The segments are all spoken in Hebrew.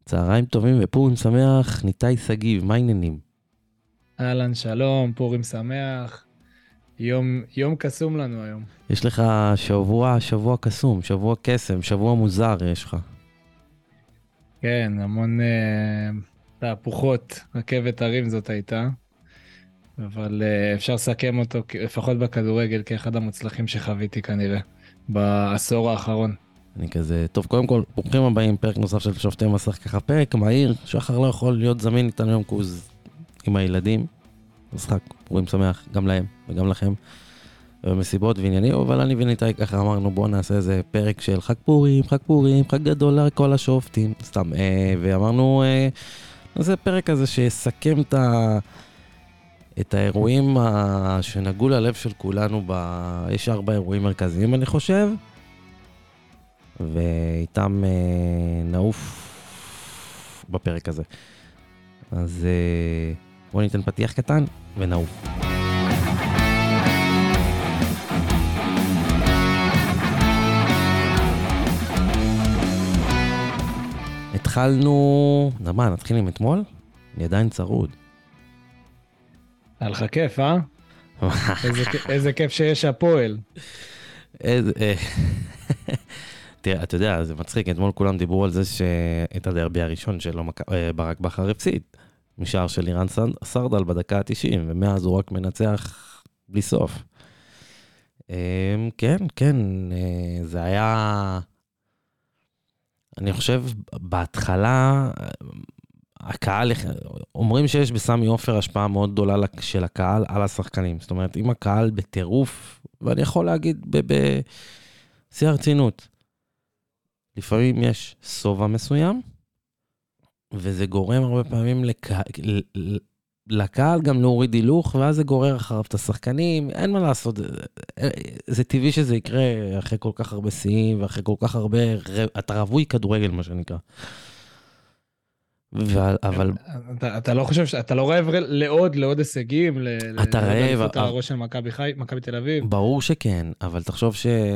צהריים טובים ופורים שמח, ניתאי סגיב, מה העניינים? אהלן, שלום, פורים שמח. יום קסום לנו היום. יש לך שבוע קסום, שבוע קסם, שבוע מוזר יש לך. כן, המון תהפוכות, רכבת הרים זאת הייתה, אבל אפשר לסכם אותו, לפחות בכדורגל, כאחד המוצלחים שחוויתי כנראה, בעשור האחרון. אני כזה, טוב, קודם כל, ברוכים הבאים, פרק נוסף של שופטי מסך, ככה פרק מהיר, שחר לא יכול להיות זמין איתנו יום קוז עם הילדים. משחק פורים שמח, גם להם וגם לכם, במסיבות ועניינים, אבל אני וניתאי ככה אמרנו, בואו נעשה איזה פרק של חג פורים, חג גדול לכל השופטים, סתם, ואמרנו, נעשה פרק הזה שיסכם את האירועים שנגעו ללב של כולנו, יש 4 אירועים מרכזיים אני חושב, ואיתם נעוף בפרק הזה. אז בואו ניתן פתיח קטן ונעוף. התחלנו, נתחיל עם אתמול? אני עדיין צרוד. היה לך כיף, אה? איזה כיף שיש הפועל. תראה, אתה יודע, זה מצחיק, אתמול כולם דיברו על זה שאת הדרבי הראשון שלו ברק בכר הפסיד, משער של לירן סרדל בדקה ה-90, ומאז הוא רק מנצח בלי סוף. כן, זה היה, אני חושב, בהתחלה, הקהל, אומרים שיש בסמי עופר השפעה מאוד גדולה של הקהל על השחקנים. זאת אומרת, אם הקהל בטירוף, ואני יכול להגיד בשיא הרצינות, לפעמים יש סובה מסוים, וזה גורם הרבה פעמים לקהל גם להוריד הילוך, ואז זה גורר אחריו את השחקנים, אין מה לעשות, זה טבעי שזה יקרה אחרי כל כך הרבה שיאים, ואחרי כל כך הרבה, אתה רווי כדורגל מה שנקרא. אבל אתה לא חושב, אתה לא רעב לעוד הישגים, אתה רעב, לאליפות הראש של מכבי תל אביב? ברור שכן, אבל תחשוב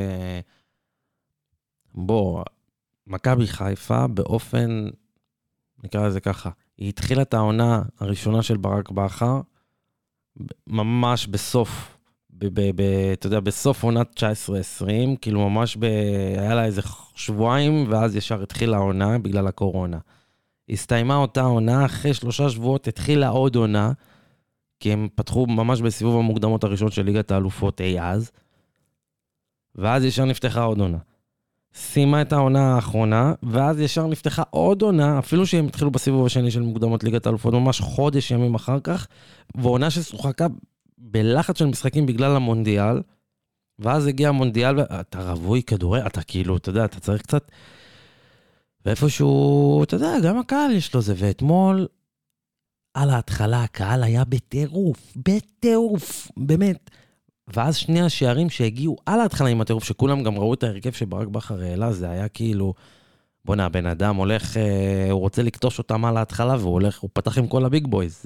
בוא, מכבי חיפה באופן, נקרא לזה ככה, היא התחילה את העונה הראשונה של ברק בכר, ממש בסוף, אתה יודע, בסוף עונת 19-20, כאילו ממש היה לה איזה שבועיים, ואז ישר התחילה העונה בגלל הקורונה. הסתיימה אותה עונה, אחרי 3 שבועות התחילה עוד עונה, כי הם פתחו ממש בסיבוב המוקדמות הראשון של ליגת האלופות אי אז, ואז ישר נפתחה עוד עונה. סיימה את העונה האחרונה, ואז ישר נפתחה עוד עונה, אפילו שהם התחילו בסיבוב השני של מוקדמות ליגת האלופות, ממש חודש ימים אחר כך, ועונה ששוחקה בלחץ של משחקים בגלל המונדיאל, ואז הגיע המונדיאל, ואתה רווי כדורי, אתה כאילו, אתה יודע, אתה צריך קצת, ואיפשהו, אתה יודע, גם הקהל יש לו זה, ואתמול, על ההתחלה, הקהל היה בטירוף, באמת. ואז שני השערים שהגיעו על ההתחלה עם הטירוף, שכולם גם ראו את ההרכב שברק בכר העלה, זה היה כאילו, בוא'נה, הבן אדם הולך, הוא רוצה לקטוש אותם על ההתחלה, הוא פתח עם כל הביג בויז.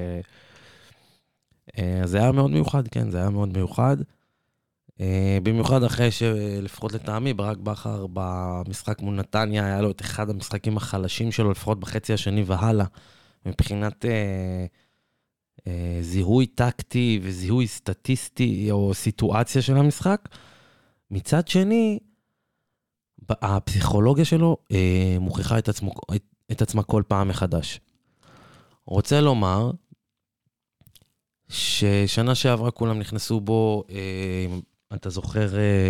זה היה מאוד מיוחד, כן, זה היה מאוד מיוחד. במיוחד אחרי שלפחות לטעמי, ברק בכר במשחק מול נתניה, היה לו את אחד המשחקים החלשים שלו, לפחות בחצי השני והלאה, מבחינת זיהוי טקטי וזיהוי סטטיסטי או סיטואציה של המשחק. מצד שני, הפסיכולוגיה שלו מוכיחה את עצמה כל פעם מחדש. רוצה לומר ששנה שעברה כולם נכנסו בו, אתה זוכר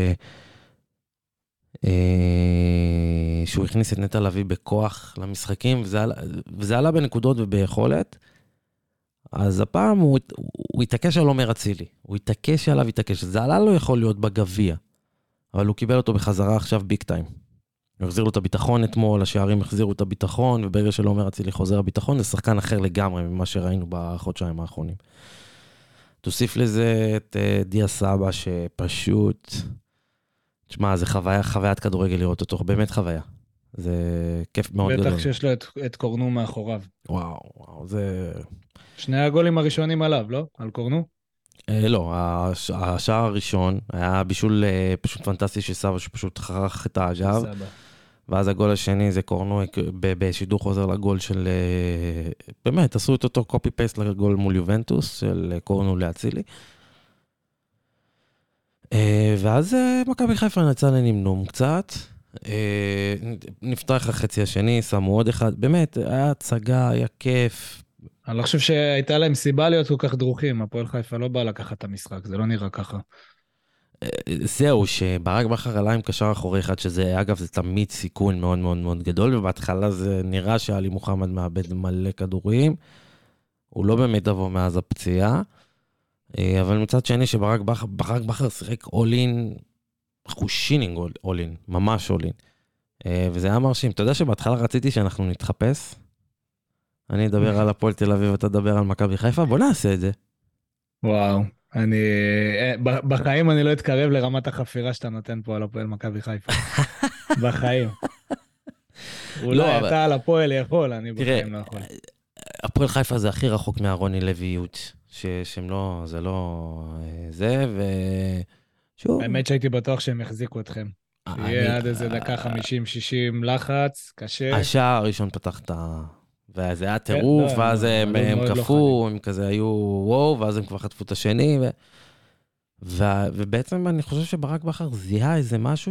שהוא הכניס את נטע לביא בכוח למשחקים, וזה עלה בנקודות וביכולת, אז הפעם הוא התעקש על עומר אצילי, הוא התעקש עליו, זה עלה לו יכול להיות בגביע, אבל הוא קיבל אותו בחזרה עכשיו ביג טיים. הוא החזיר לו את הביטחון אתמול, השערים החזירו את הביטחון, וברגע שלא עומר אצילי חוזר הביטחון, זה שחקן אחר לגמרי ממה שראינו בחודשיים האחרונים. תוסיף לזה את דיה סבא שפשוט, תשמע, זה חוויית כדורגל לראות אותו, באמת חוויה. זה כיף מאוד גדול. בטח שיש לו את קורנו מאחוריו. וואו, זה... שני הגולים הראשונים עליו, לא? על קורנו? לא, השער הראשון היה בישול פשוט פנטסטי של סבא, שפשוט חרך את האגב. ואז הגול השני זה קורנועק בשידור חוזר לגול של, באמת, עשו את אותו קופי פייסט לגול מול יובנטוס, של קורנו לאצילי. ואז מכבי חיפה נצא לנמנום קצת, נפתח החצי השני, שמו עוד אחד, באמת, היה הצגה, היה כיף. אני לא חושב שהייתה להם סיבה להיות כל כך דרוכים, הפועל חיפה לא באה לקחת את המשחק, זה לא נראה ככה. זהו, שברק בכר עלה עם קשר אחורי אחד, שזה, אגב, זה תמיד סיכון מאוד מאוד מאוד גדול, ובהתחלה זה נראה שאלי מוחמד מאבד מלא כדורים, הוא לא באמת דבו מאז הפציעה, אבל מצד שני שברק בכר שיחק אולין, חושינינג אולין, ממש אולין, וזה היה מרשים. אתה יודע שבהתחלה רציתי שאנחנו נתחפש? אני אדבר על הפועל תל אביב, ואתה תדבר על מכבי חיפה, בוא נעשה את זה. וואו, בחיים אני לא אתקרב לרמת החפירה שאתה נותן פה על הפועל מכבי חיפה. בחיים. אולי אתה על הפועל יכול, אני בחיים לא יכול. הפועל חיפה זה הכי רחוק מהרוני לויות, שהם לא, זה לא זה, ושוב. האמת שהייתי בטוח שהם יחזיקו אתכם. שיהיה עד איזה דקה 50-60 לחץ, קשה. השער הראשון פתח את וזה היה טירוף, ואז הם קפו, הם כזה היו וואו, ואז הם כבר חטפו את השני, ובעצם אני חושב שברק בכר זיהה איזה משהו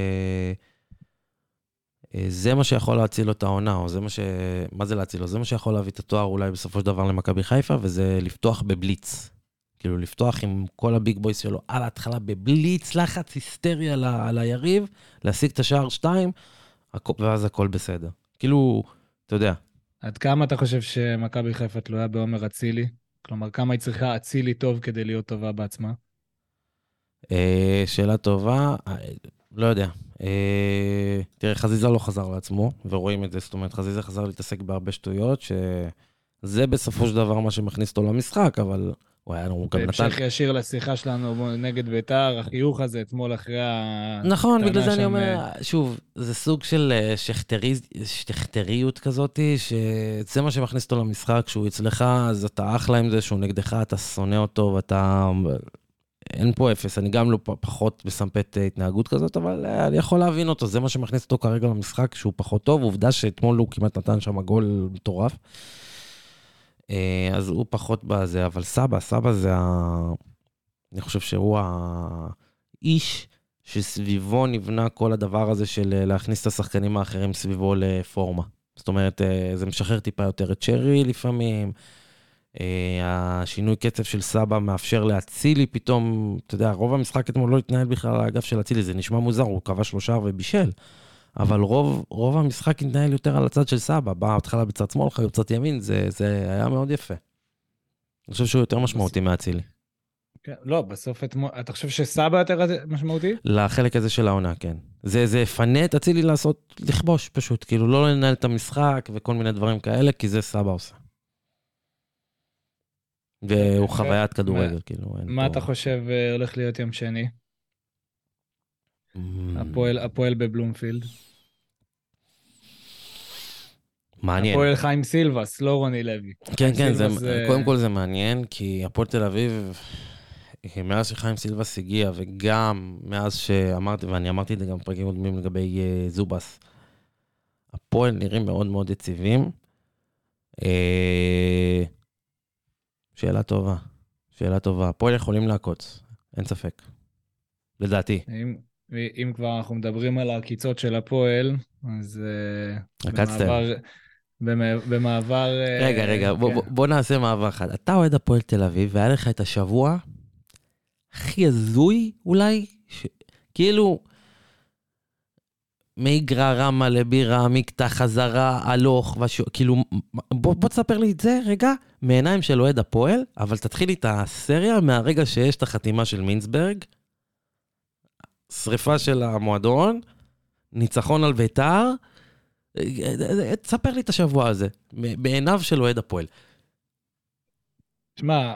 זה מה שיכול להציל לו את העונה, או זה מה זה להציל לו? זה מה שיכול להביא את התואר אולי בסופו של דבר למכבי חיפה, וזה לפתוח בבליץ. כאילו לפתוח עם כל הביג בויס שלו על ההתחלה בבליץ, לחץ היסטריה על היריב, להשיג את השער 2, ואז הכל בסדר. כאילו, אתה יודע. עד כמה אתה חושב שמכבי חיפה תלויה בעומר אצילי? כלומר, כמה היא צריכה אצילי טוב כדי להיות טובה בעצמה? שאלה טובה, לא יודע. תראה, חזיזה לא חזר לעצמו, ורואים את זה, זאת אומרת, חזיזה חזר להתעסק בהרבה שטויות, שזה בסופו של דבר מה שמכניס אותו למשחק, אבל הוא היה גם נתן. בהמשך ישיר לשיחה שלנו נגד ביתר, החיוך הזה אתמול אחרי נכון, בגלל זה אני אומר, שוב, זה סוג של שכתריות כזאת, שזה מה שמכניס אותו למשחק, שהוא אצלך, אז אתה אחלה עם זה, שהוא נגדך, אתה שונא אותו, ואתה אין פה אפס, אני גם לא פחות מסמפת התנהגות כזאת, אבל אני יכול להבין אותו, זה מה שמכניס אותו כרגע למשחק, שהוא פחות טוב, עובדה שאתמול הוא כמעט נתן שם גול מטורף, אז הוא פחות בזה, אבל סבא זה אני חושב שהוא האיש שסביבו נבנה כל הדבר הזה של להכניס את השחקנים האחרים סביבו לפורמה. זאת אומרת, זה משחרר טיפה יותר את שרי לפעמים, השינוי קצב של סבא מאפשר להצילי פתאום, אתה יודע, רוב המשחק אתמול לא התנהל בכלל על האגף של הצילי, זה נשמע מוזר, הוא קבע 3 ובישל, אבל רוב המשחק התנהל יותר על הצד של סבא, בא התחלה בצד שמאל, חיו בצד ימין, זה היה מאוד יפה. אני חושב שהוא יותר משמעותי מהצילי. לא, בסוף אתה חושב שסבא יותר משמעותי? לחלק הזה של העונה, כן. זה פנה את הצילי לעשות, לכבוש פשוט, כאילו לא לנהל את המשחק וכל מיני דברים כאלה, כי זה סבא עושה. והוא חוויית כדורגל, כאילו. מה אתה חושב הולך להיות יום שני? הפועל בבלומפילד. מעניין. הפועל חיים סילבס, לא רוני לוי. כן, קודם כל זה מעניין, כי הפועל תל אביב, מאז שחיים סילבס הגיע, וגם מאז שאמרתי, ואני אמרתי את זה גם פרקים קודמים לגבי זובס, הפועל נראים מאוד מאוד יציבים. שאלה טובה. הפועל יכולים לעקוץ, אין ספק. לדעתי. אם כבר אנחנו מדברים על הקיצות של הפועל, אז במעבר... רגע, בוא נעשה מעבר אחד. אתה אוהד הפועל תל אביב, והיה לך את השבוע הכי הזוי אולי, כאילו, מגרע רמה לבירה, מקטע חזרה, הלוך, כאילו, בוא תספר לי את זה רגע, מעיניים של אוהד הפועל, אבל תתחיל לי את הסריה מהרגע שיש את החתימה של מינסברג, שריפה של המועדון, ניצחון על ביתר, תספר לי את השבוע הזה, בעיניו של אוהד הפועל. שמע,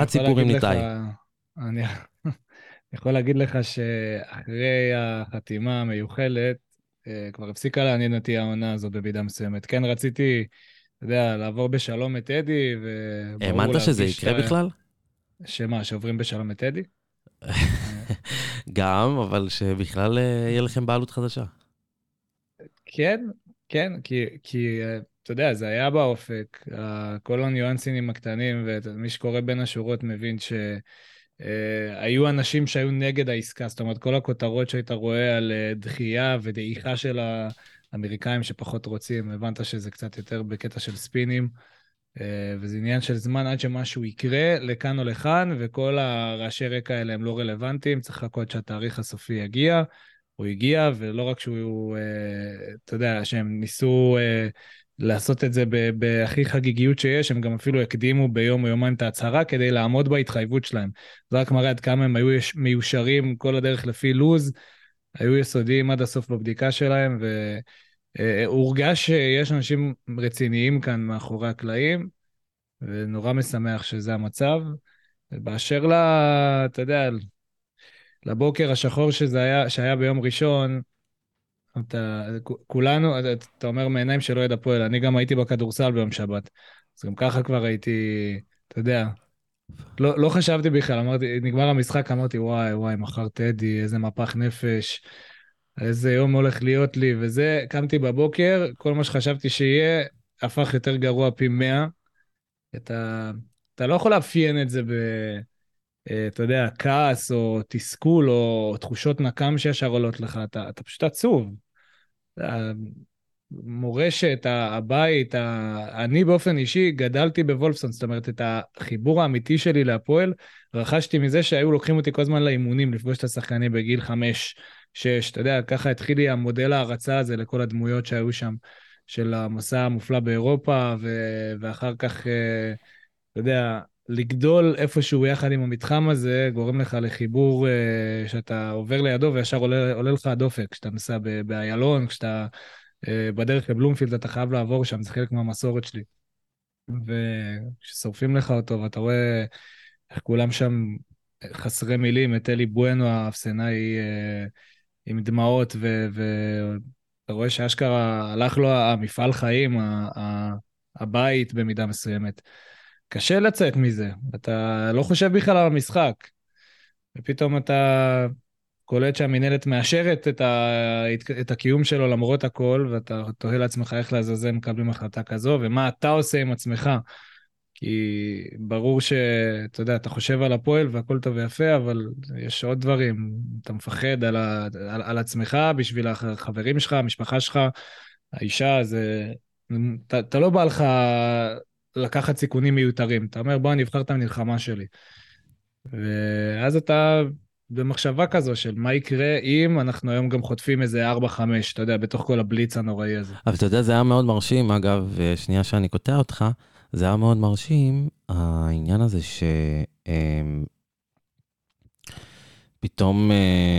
אני יכול להגיד לך שאחרי החתימה המיוחלת, כבר הפסיקה לעניין אותי העונה הזאת במידה מסוימת. כן, רציתי, אתה יודע, לעבור בשלום את טדי, האמנת שזה יקרה בכלל? שמה, שעוברים בשלום את טדי? גם, אבל שבכלל יהיה לכם בעלות חדשה. כן, כן, כי אתה יודע, זה היה באופק, כל הניואנסים הקטנים, ומי שקורא בין השורות מבין שהיו אנשים שהיו נגד העסקה, זאת אומרת, כל הכותרות שהיית רואה על דחייה ודעיכה של האמריקאים שפחות רוצים, הבנת שזה קצת יותר בקטע של ספינים, וזה עניין של זמן עד שמשהו יקרה לכאן או לכאן, וכל הרעשי רקע האלה הם לא רלוונטיים, צריך לחכות שהתאריך הסופי יגיע. הוא הגיע, ולא רק שהוא, אתה יודע, שהם ניסו לעשות את זה בהכי חגיגיות שיש, הם גם אפילו הקדימו ביום או יומיים את ההצהרה כדי לעמוד בהתחייבות שלהם. זה רק מראה עד כמה הם היו מיושרים כל הדרך לפי לוז, היו יסודיים עד הסוף בבדיקה שלהם, והורגש שיש אנשים רציניים כאן מאחורי הקלעים, ונורא משמח שזה המצב. באשר אתה יודע, לבוקר השחור שהיה ביום ראשון, כולנו, אתה אומר מעיניים של אוהד הפועל, אני גם הייתי בכדורסל ביום שבת, אז גם ככה כבר הייתי, אתה יודע, לא חשבתי בכלל, אמרתי, נגמר המשחק, אמרתי, וואי, וואי, מחר טדי, איזה מפח נפש, איזה יום הולך להיות לי, וזה, קמתי בבוקר, כל מה שחשבתי שיהיה, הפך יותר גרוע פי 100, אתה לא יכול לאפיין את זה אתה יודע, כעס או תסכול או תחושות נקם שישר עולות לך, אתה פשוט עצוב. המורשת, הבית, אני באופן אישי גדלתי בוולפסון, זאת אומרת, את החיבור האמיתי שלי להפועל, רכשתי מזה שהיו לוקחים אותי כל הזמן לאימונים, לפגוש את השחקנים בגיל 5, 6, אתה יודע, ככה התחיל לי המודל ההרצה הזה לכל הדמויות שהיו שם, של המסע המופלא באירופה, ואחר כך, אתה יודע, לגדול איפשהו יחד עם המתחם הזה, גורם לך לחיבור שאתה עובר לידו וישר עולה לך הדופק, כשאתה נסע באיילון, כשאתה בדרך לבלומפילד, אתה חייב לעבור שם, זה חלק מהמסורת שלי. וכששורפים לך אותו, ואתה רואה איך כולם שם חסרי מילים, את אלי בואנו, האפסנאי עם דמעות, ואתה רואה שאשכרה הלך לו המפעל חיים, הבית במידה מסוימת. קשה לצאת מזה, אתה לא חושב בכלל על המשחק, ופתאום אתה קולט שהמנהלת מאשרת את הקיום שלו למרות הכל, ואתה תוהה לעצמך איך לעזאזל מקבלים החלטה כזו, ומה אתה עושה עם עצמך, כי ברור שאתה יודע, אתה חושב על הפועל והכל טוב ויפה, אבל יש עוד דברים, אתה מפחד על עצמך בשביל החברים שלך, המשפחה שלך, האישה, אתה לא בא לך לקחת סיכונים מיותרים, אתה אומר בוא אני אבחר את המלחמה שלי. ואז אתה במחשבה כזו של מה יקרה אם אנחנו היום גם חוטפים איזה 4-5, אתה יודע, בתוך כל הבליץ הנוראי הזה. אבל אתה יודע, זה היה מאוד מרשים, אגב, שנייה שאני קוטע אותך, זה היה מאוד מרשים, העניין הזה שפתאום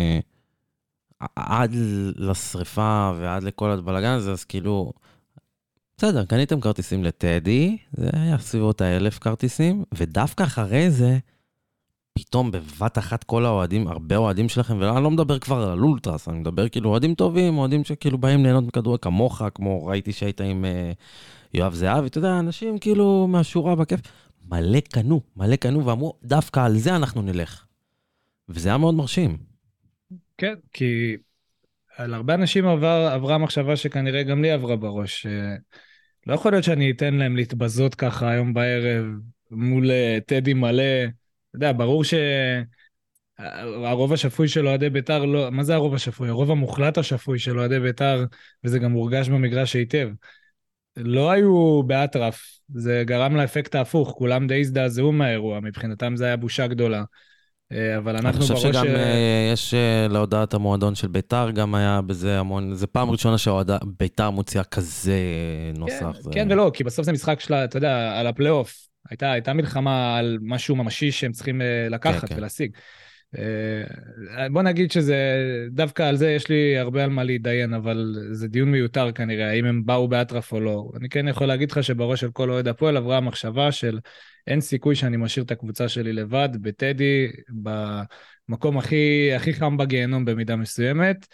עד לשריפה ועד לכל הבלגן הזה, אז כאילו, בסדר, קניתם כרטיסים לטדי, זה היה סביבות 1,000 כרטיסים, ודווקא אחרי זה, פתאום בבת אחת כל האוהדים, הרבה אוהדים שלכם, ואני לא מדבר כבר על אולטרס, אני מדבר כאילו אוהדים טובים, אוהדים שכאילו באים ליהנות מכדורגל כמוך, כמו ראיתי שהיית עם יואב זהבי, אתה יודע, אנשים כאילו מהשורה בכיף, מלא קנו, ואמרו, דווקא על זה אנחנו נלך. וזה היה מאוד מרשים. כן, כי על הרבה אנשים עברה מחשבה שכנראה גם לי עברה בראש. לא יכול להיות שאני אתן להם להתבזות ככה היום בערב מול טדי מלא. אתה יודע, ברור שהרוב השפוי של אוהדי בית"ר, לא, מה זה הרוב השפוי? הרוב המוחלט השפוי של אוהדי בית"ר, וזה גם מורגש במגרש היטב. לא היו באטרף, זה גרם לאפקט ההפוך, כולם די הזדעזעו מהאירוע, מבחינתם זה היה בושה גדולה. אבל אני אנחנו חושב בראש... שגם יש להודעת המועדון של ביתר, גם היה בזה המון, זה פעם ראשונה שביתר מוציאה כזה נוסח. כן ולא, כי בסוף זה משחק שלה, אתה יודע, על הפלייאוף. הייתה מלחמה על משהו ממשי שהם צריכים לקחת ולהשיג. בוא נגיד שזה, דווקא על זה יש לי הרבה על מה להתדיין, אבל זה דיון מיותר כנראה, האם הם באו באטרף או לא. אני כן יכול להגיד לך שבראש של כל אוהד הפועל עברה המחשבה של אין סיכוי שאני משאיר את הקבוצה שלי לבד, בטדי, במקום הכי חם בגיהנום במידה מסוימת,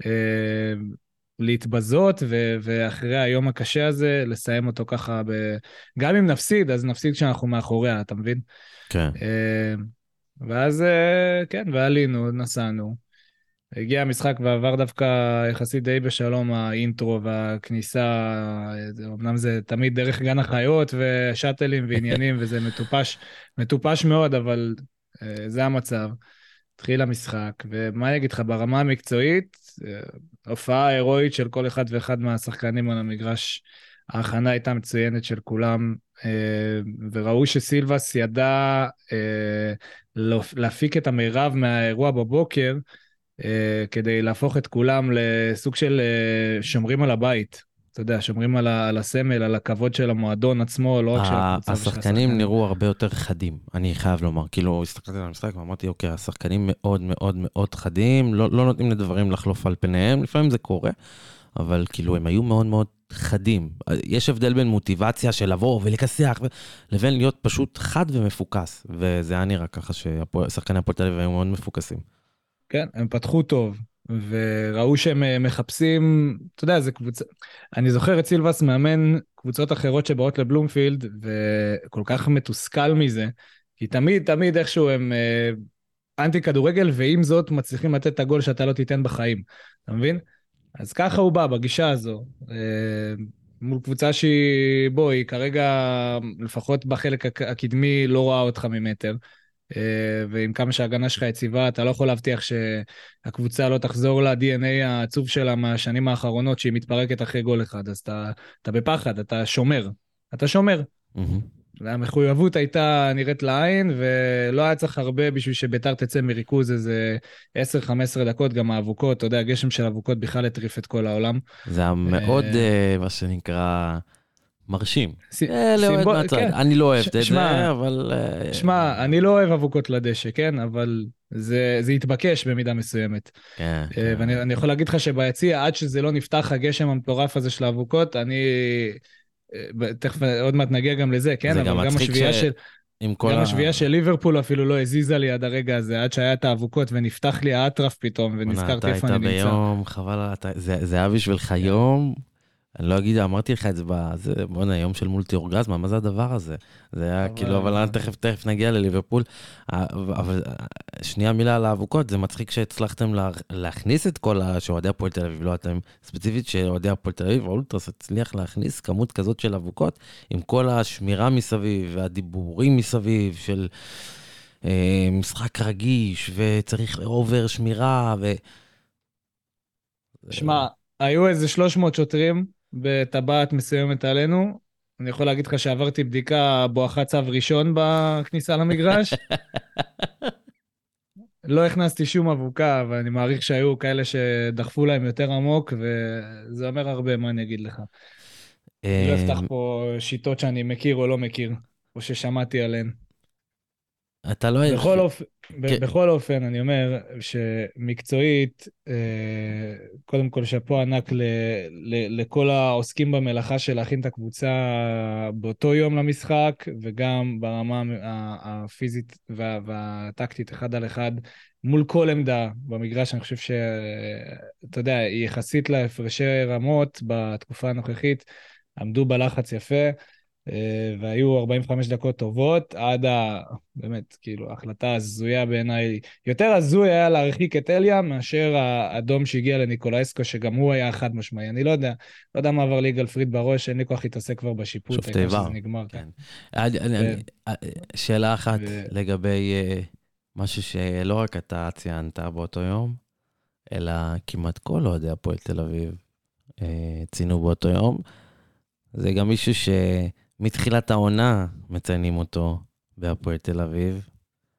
להתבזות, ואחרי היום הקשה הזה, לסיים אותו ככה, גם אם נפסיד, אז נפסיד כשאנחנו מאחוריה, אתה מבין? כן. ואז, כן, ועלינו, נסענו. הגיע המשחק ועבר דווקא יחסית די בשלום, האינטרו והכניסה, אמנם זה תמיד דרך גן החיות ושאטלים ועניינים, וזה מטופש, מטופש מאוד, אבל זה המצב. התחיל המשחק, ומה אני אגיד לך, ברמה המקצועית, הופעה הירואית של כל אחד ואחד מהשחקנים על המגרש, ההכנה הייתה מצוינת של כולם, וראו שסילבס ידע להפיק את המירב מהאירוע בבוקר, כדי להפוך את כולם לסוג של שומרים על הבית. אתה יודע, שומרים על הסמל, על הכבוד של המועדון עצמו, לא רק של הקבוצה ושל השחקנים נראו הרבה יותר חדים, אני חייב לומר. כאילו, הסתכלתי על המשחק ואמרתי, אוקיי, השחקנים מאוד מאוד מאוד חדים, לא נותנים לדברים לחלוף על פניהם, לפעמים זה קורה, אבל כאילו, הם היו מאוד מאוד חדים. יש הבדל בין מוטיבציה של לבוא ולכסח, לבין להיות פשוט חד ומפוקס, וזה היה נראה ככה ששחקני הפועל תל אביב היו מאוד מפוקסים. כן, הם פתחו טוב, וראו שהם מחפשים, אתה יודע, זה קבוצה, אני זוכר את סילבס מאמן קבוצות אחרות שבאות לבלומפילד, וכל כך מתוסכל מזה, כי תמיד איכשהו הם אנטי כדורגל, ועם זאת מצליחים לתת את הגול שאתה לא תיתן בחיים, אתה מבין? אז ככה הוא בא, בגישה הזו, מול קבוצה שהיא, בוא, היא כרגע, לפחות בחלק הקדמי, לא רואה אותך ממטר, ועם כמה שההגנה שלך יציבה, אתה לא יכול להבטיח שהקבוצה לא תחזור ל-DNA העצוב שלה מהשנים האחרונות, שהיא מתפרקת אחרי גול אחד, אז אתה בפחד, אתה שומר, אתה שומר. והמחויבות הייתה נראית לעין, ולא היה צריך הרבה בשביל שביתר תצא מריכוז איזה 10-15 דקות, גם האבוקות, אתה יודע, הגשם של האבוקות בכלל הטריף את כל העולם. זה היה מאוד, מה שנקרא, מרשים. סימבול, כן. אני לא אוהב את זה, אבל... שמע, אני לא אוהב אבוקות לדשא, כן? אבל זה התבקש במידה מסוימת. כן. ואני יכול להגיד לך שביציע, עד שזה לא נפתח הגשם המטורף הזה של האבוקות, אני... תכף עוד מעט נגיע גם לזה, כן? אבל גם השביעה של... גם השביעה של ליברפול אפילו לא הזיזה לי עד הרגע הזה, עד שהיה את האבוקות ונפתח לי האטרף פתאום, ונזכרתי איפה אני נמצא. אתה ביום, חבל, זה היה בשבילך יום, אני לא אגיד, אמרתי לך את זה, בוא'נה, יום של מולטי אורגזמה, מה זה הדבר הזה? זה היה כאילו, אבל תכף נגיע לליברפול, אבל שנייה מילה על האבוקות, זה מצחיק שהצלחתם להכניס את כל שאוהדי הפועל תל אביב, לא אתם ספציפית שאוהדי הפועל תל אביב, אולטרס הצליח להכניס כמות כזאת של אבוקות, עם כל השמירה מסביב, והדיבורים מסביב של משחק רגיש, וצריך אובר שמירה, שמע, היו איזה 300 שוטרים, בטבעת מסוימת עלינו, אני יכול להגיד לך שעברתי בדיקה בואכה צו ראשון בכניסה למגרש, לא הכנסתי שום אבוקה, ואני מעריך שהיו כאלה שדחפו להם יותר עמוק, וזה אומר הרבה, מה אני אגיד לך. אני לא אפתח פה שיטות שאני מכיר או לא מכיר, או ששמעתי עליהן. אתה לא... בכל אופן, אני אומר שמקצועית, קודם כל שפו ענק לכל העוסקים במלאכה של להכין את הקבוצה באותו יום למשחק, וגם ברמה הפיזית והטקטית אחד על אחד, מול כל עמדה במגרש. אני חושב שאתה יודע, יחסית להפרשי רמות בתקופה הנוכחית, עמדו בלחץ יפה, והיו 45 דקות טובות, עד באמת, כאילו, ההחלטה הזויה בעיניי, יותר הזוי היה להרחיק את אליה, מאשר האדום שהגיע לניקולאיסקו, שגם הוא היה חד משמעי. אני לא יודע מה עבר לי יגאל פריד בראש, אין לי כוח להתעסק כבר בשיפוט, שופטי ור. כן. שאלה אחת לגבי משהו שלא רק אתה ציינת באותו יום, אלא כמעט כל אוהדי הפועל תל אביב ציינו באותו יום, זה גם מישהו מתחילת העונה מציינים אותו בהפועל תל אביב.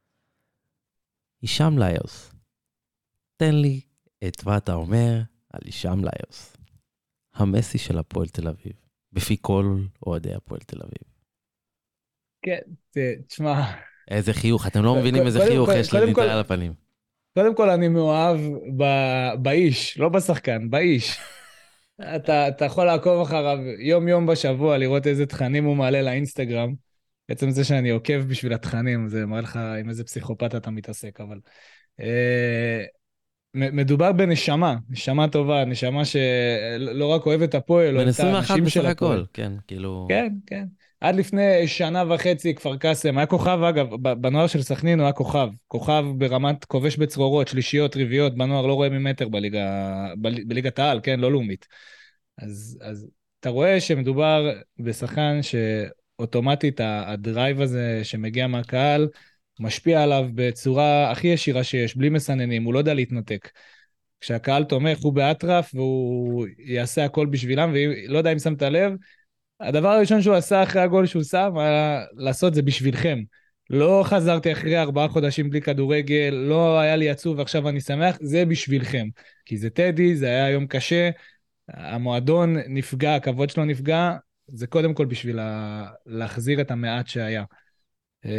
הישאם ליוס. תן לי את מה אתה אומר על הישאם ליוס. המסי של הפועל תל אביב. בפי כל אוהדי הפועל תל אביב. כן, תשמע. איזה חיוך, אתם לא מבינים איזה חיוך יש לניתן על הפנים. קודם כל אני מאוהב באיש, לא בשחקן, באיש. אתה יכול לעקוב אחריו יום בשבוע, לראות איזה תכנים הוא מעלה לאינסטגרם. בעצם זה שאני עוקב בשביל התכנים, זה מראה לך עם איזה פסיכופת אתה מתעסק, אבל... מדובר בנשמה, נשמה טובה, נשמה שלא רק אוהבת הפועל, בן אוהבת את 21 האנשים בסך של הפועל. הכל, כן, כאילו... כן, כן. עד לפני שנה וחצי כפר קאסם, היה כוכב אגב, בנוער של סכנין הוא היה כוכב. כוכב ברמת כובש בצרורות, שלישיות, רביעיות, בנוער לא רואה ממטר בליגת העל, כן, לא לאומית. אז אתה רואה שמדובר בשחקן שאוטומטית הדרייב הזה שמגיע מהקהל, משפיע עליו בצורה הכי ישירה שיש, בלי מסננים, הוא לא יודע להתנתק. כשהקהל תומך, הוא באטרף, והוא יעשה הכל בשבילם, ולא יודע אם שמת לב, הדבר הראשון שהוא עשה אחרי הגול שהוא שם, היה לעשות זה בשבילכם. לא חזרתי אחרי 4 חודשים בלי כדורגל, לא היה לי עצוב ועכשיו אני שמח, זה בשבילכם. כי זה טדי, זה היה יום קשה, המועדון נפגע, הכבוד שלו נפגע, זה קודם כל בשביל להחזיר את המעט שהיה. אמ,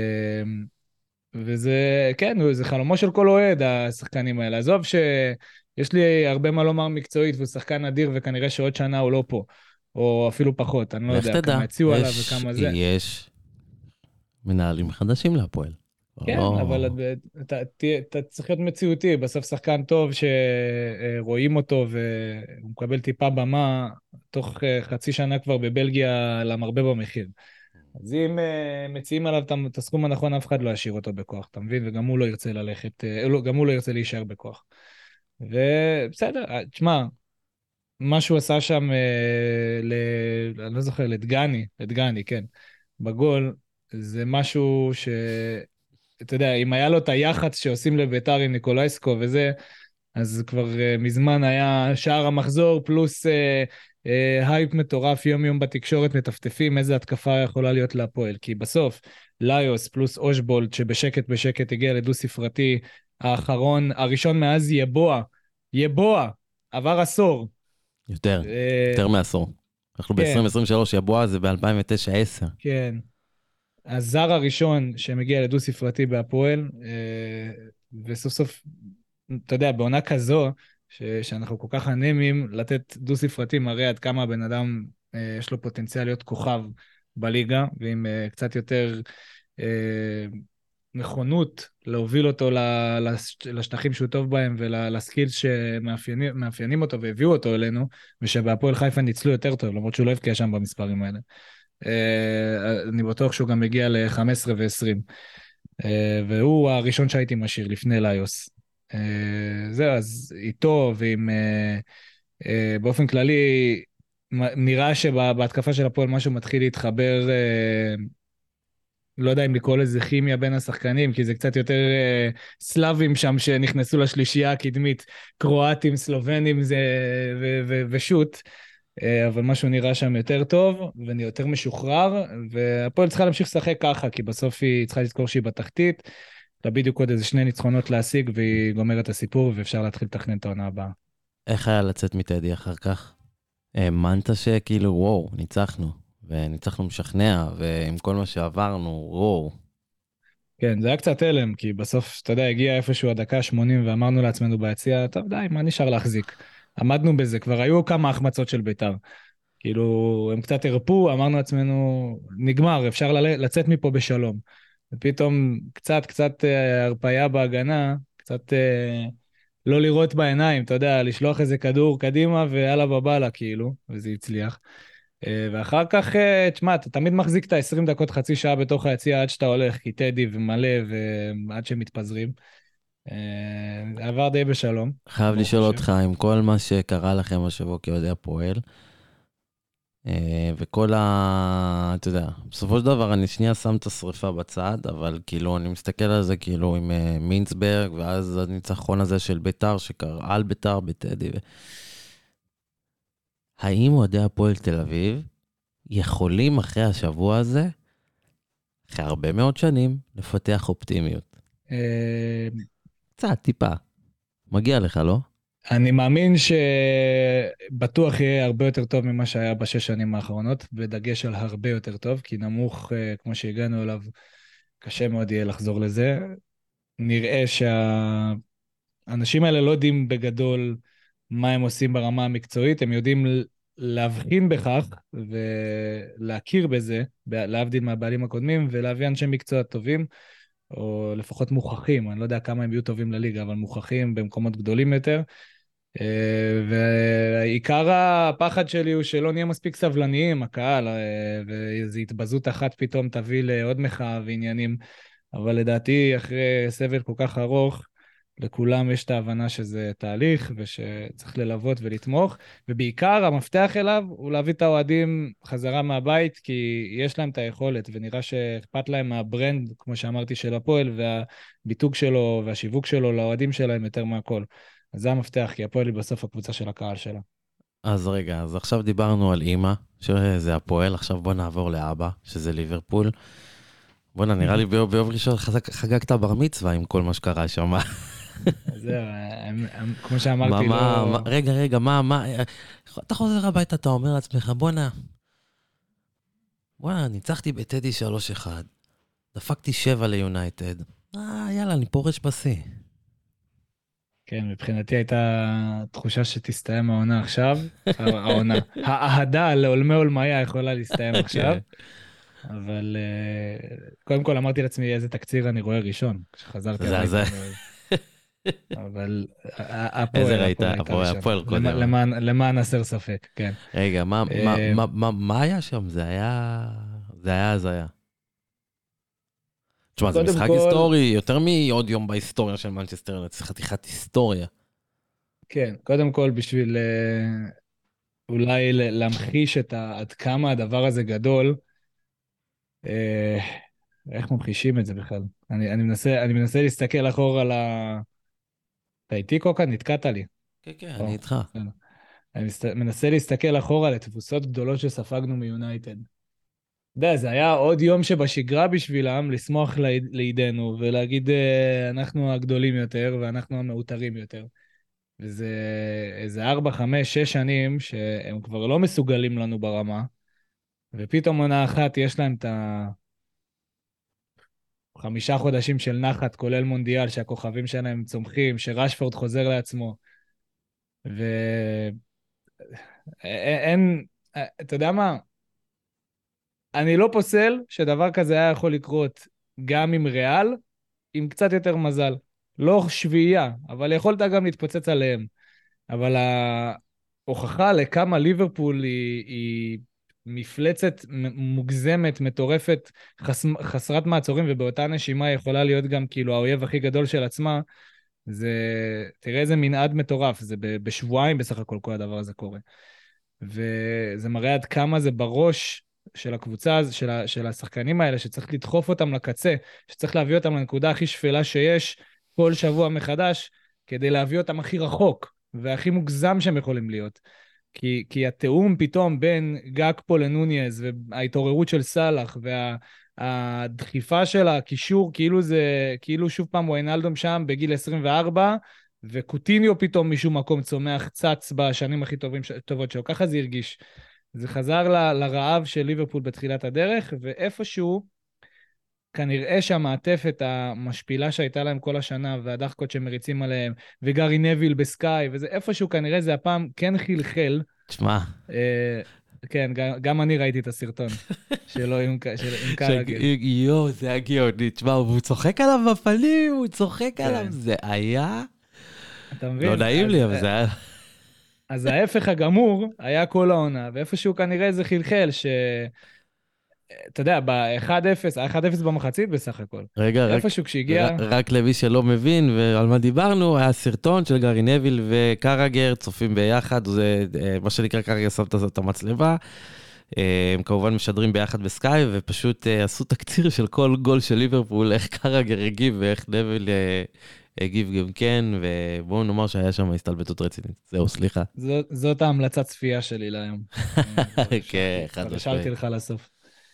וזה, כן, זה חלומו של כל אוהד, השחקנים האלה. עזוב שיש לי הרבה מה לומר מקצועית, והוא שחקן אדיר, וכנראה שעוד שנה הוא לא פה, או אפילו פחות, אני לא לך יודע תדע, כמה הציעו עליו וכמה זה. יש מנהלים חדשים להפועל. כן, לא... אבל אתה צריך להיות מציאותי, בסוף שחקן טוב שרואים אותו והוא מקבל טיפה במה, תוך חצי שנה כבר בבלגיה למרבה במחיר. אז אם מציעים עליו את הסכום הנכון, אף אחד לא ישאיר אותו בכוח, אתה מבין? וגם הוא לא ירצה ללכת, גם הוא לא ירצה להישאר בכוח. ובסדר, תשמע, מה שהוא עשה שם, אני לא זוכר, לדגני, כן, בגול, זה משהו אתה יודע, אם היה לו את היח"צ שעושים לביתר עם ניקולאיסקו וזה, אז כבר מזמן היה שער המחזור, פלוס הייפ מטורף יום יום בתקשורת מטפטפים, איזה התקפה יכולה להיות להפועל. כי בסוף, ליוס פלוס אושבולט, שבשקט בשקט הגיע לדו ספרתי, האחרון, הראשון מאז יבוע, עבר עשור. יותר, אה, יותר מעשור. אנחנו כן, ב-2023, יבוע זה ב-2009-10. כן. הזר הראשון שמגיע לדו ספרתי בהפועל, וסוף סוף אתה יודע, בעונה כזו, שאנחנו כל כך אנמים, לתת דו ספרתי מראה עד כמה הבן אדם, יש לו פוטנציאל להיות כוכב בליגה, ועם קצת יותר נכונות להוביל אותו לשטחים שהוא טוב בהם, ולסקילס שמאפיינים אותו והביאו אותו אלינו, ושבהפועל חיפה ניצלו יותר טוב, למרות שהוא לא הבקיע שם במספרים האלה. אני בטוח שהוא גם מגיע ל-15 ו-20. והוא הראשון שהייתי משאיר לפני ליוס. זהו, אז איתו ועם... באופן כללי, נראה שבהתקפה של הפועל משהו מתחיל להתחבר, לא יודע אם לקרוא לזה כימיה בין השחקנים, כי זה קצת יותר סלאבים שם שנכנסו לשלישייה הקדמית, קרואטים, סלובנים ושוט. אבל משהו נראה שם יותר טוב, ויותר משוחרר, והפועל צריכה להמשיך לשחק ככה, כי בסוף היא צריכה לזכור שהיא בתחתית, לה בדיוק עוד איזה 2 ניצחונות להשיג, והיא גומרת את הסיפור, ואפשר להתחיל לתכנן את העונה הבאה. איך היה לצאת מטדי אחר כך? האמנת שכאילו, וואו, ניצחנו, וניצחנו משכנע, ועם כל מה שעברנו, וואו. כן, זה היה קצת הלם, כי בסוף, אתה יודע, הגיע איפשהו הדקה 80, ואמרנו לעצמנו ביציע, טוב, די, מה נשאר להחזיק? עמדנו בזה, כבר היו כמה החמצות של בית"ר. כאילו, הם קצת הרפו, אמרנו לעצמנו, נגמר, אפשר לצאת מפה בשלום. ופתאום קצת הרפאיה בהגנה, קצת לא לראות בעיניים, אתה יודע, לשלוח איזה כדור קדימה ויאללה בבאללה, כאילו, וזה הצליח. ואחר כך, תשמע, אתה תמיד מחזיק את ה-20 דקות, חצי שעה בתוך היציאה עד שאתה הולך, כי טדי ומלא ועד שהם מתפזרים. עבר די בשלום. חייב ברוך לשאול השם. אותך, עם כל מה שקרה לכם השבוע כאוהדי הפועל, וכל אתה יודע, בסופו של דבר אני שנייה שם את השריפה בצד, אבל כאילו אני מסתכל על זה כאילו עם מינסברג, ואז הניצחון הזה של ביתר שקרה על ביתר בטדי. האם אוהדי הפועל תל אביב יכולים אחרי השבוע הזה, אחרי הרבה מאוד שנים, לפתח אופטימיות? קצת, טיפה. מגיע לך, לא? אני מאמין שבטוח יהיה הרבה יותר טוב ממה שהיה ב6 שנים האחרונות, בדגש על הרבה יותר טוב, כי נמוך, כמו שהגענו אליו, קשה מאוד יהיה לחזור לזה. נראה שהאנשים האלה לא יודעים בגדול מה הם עושים ברמה המקצועית, הם יודעים להבחין בכך ולהכיר בזה, להבדיל מהבעלים הקודמים, ולהביא אנשי מקצוע טובים. או לפחות מוכחים, אני לא יודע כמה הם יהיו טובים לליגה, אבל מוכחים במקומות גדולים יותר. ועיקר הפחד שלי הוא שלא נהיה מספיק סבלניים, הקהל, ואיזו התבזות אחת פתאום תביא לעוד מחאה ועניינים. אבל לדעתי, אחרי סבל כל כך ארוך, לכולם יש את ההבנה שזה תהליך, ושצריך ללוות ולתמוך, ובעיקר המפתח אליו הוא להביא את האוהדים חזרה מהבית, כי יש להם את היכולת, ונראה שאכפת להם מהברנד, כמו שאמרתי, של הפועל, והביטוג שלו והשיווק שלו לאוהדים שלהם יותר מהכל. אז זה המפתח, כי הפועל היא בסוף הקבוצה של הקהל שלה. אז רגע, אז עכשיו דיברנו על אמא, שזה הפועל, עכשיו בוא נעבור לאבא, שזה ליברפול. בוא'נה, נראה לי ביום ראשון חגגת בר מצווה עם כל מה שקרה שם. זהו, כמו שאמרתי, לא... רגע, אתה חוזר הביתה, אתה אומר לעצמך, בוא'נה, ניצחתי בטדי 3-1, דפקתי 7 ליונייטד, יאללה, אני פורש בשיא. כן, מבחינתי הייתה תחושה שתסתיים העונה עכשיו, העונה. האהדה לעולמי עולמיה יכולה להסתיים עכשיו, אבל קודם כל אמרתי לעצמי איזה תקציר אני רואה ראשון, כשחזרתי הביתה. אבל הפועל הייתה ראשון, למען הסר ספק, כן. רגע, מה היה שם? זה היה הזיה. תשמע, זה משחק היסטורי, יותר מעוד יום בהיסטוריה של מנצ'סטר, זה חתיכת היסטוריה. כן, קודם כל בשביל אולי להמחיש עד כמה הדבר הזה גדול, איך ממחישים את זה בכלל? אני מנסה להסתכל אחורה על אתה איתי קוקה? נתקעת לי. כן, אני איתך. אני מנסה להסתכל אחורה לתבוסות גדולות שספגנו מיונייטד. אתה יודע, זה היה עוד יום שבשגרה בשבילם, לשמוח לידינו ולהגיד אנחנו הגדולים יותר ואנחנו המאותרים יותר. וזה איזה 4, 5, 6 שנים שהם כבר לא מסוגלים לנו ברמה, ופתאום עונה אחת יש להם את 5 חודשים של נחת, כולל מונדיאל, שהכוכבים שלהם צומחים, שרשפורד חוזר לעצמו. ואין, אתה יודע מה? אני לא פוסל שדבר כזה היה יכול לקרות גם עם ריאל, עם קצת יותר מזל. לא שביעייה, אבל יכולת גם להתפוצץ עליהם. אבל ההוכחה לכמה ליברפול היא מפלצת מוגזמת, מטורפת, חסרת מעצורים, ובאותה נשימה היא יכולה להיות גם כאילו האויב הכי גדול של עצמה, זה, תראה איזה מנעד מטורף, זה בשבועיים בסך הכל כל הדבר הזה קורה. וזה מראה עד כמה זה בראש של הקבוצה, של השחקנים האלה, שצריך לדחוף אותם לקצה, שצריך להביא אותם לנקודה הכי שפלה שיש כל שבוע מחדש, כדי להביא אותם הכי רחוק, והכי מוגזם שהם יכולים להיות. כי התאום פתאום בין גאקפו לנוניאז, וההתעוררות של סלאח, והדחיפה של הקישור, כאילו שוב פעם וויינלדום שם בגיל 24, וקוטיניו פתאום משום מקום צומח צץ בשנים הכי טובות שלו. ככה זה הרגיש. זה חזר לרעב של ליברפול בתחילת הדרך, ואיפשהו כנראה שהמעטפת המשפילה שהייתה להם כל השנה, והדחקות שמריצים עליהם, וגארי נביל בסקאי, וזה איפשהו כנראה זה הפעם כן חלחל. תשמע. כן, גם אני ראיתי את הסרטון שלו עם קרגל. יו, זה היה גאוני. תשמע, הוא צוחק עליו בפנים, הוא צוחק עליו, זה היה... לא נעים לי, אבל זה היה... אז ההפך הגמור היה כל העונה, ואיפשהו כנראה זה חלחל אתה יודע, ב-1-0, 1-0 במחצית בסך הכל. רגע, רק למי שלא מבין ועל מה דיברנו, היה סרטון של גארי נביל וקרגר, צופים ביחד, זה מה שנקרא קרגר שם את המצלמה, הם כמובן משדרים ביחד בסקאי, ופשוט עשו תקציר של כל גול של ליברפול, איך קרגר הגיב ואיך נביל הגיב גם כן, ובואו נאמר שהיה שם הסתלבטות רצינית. זהו, סליחה. זאת ההמלצת צפייה שלי להיום. כן, חד משמעית. השארתי לך לסוף.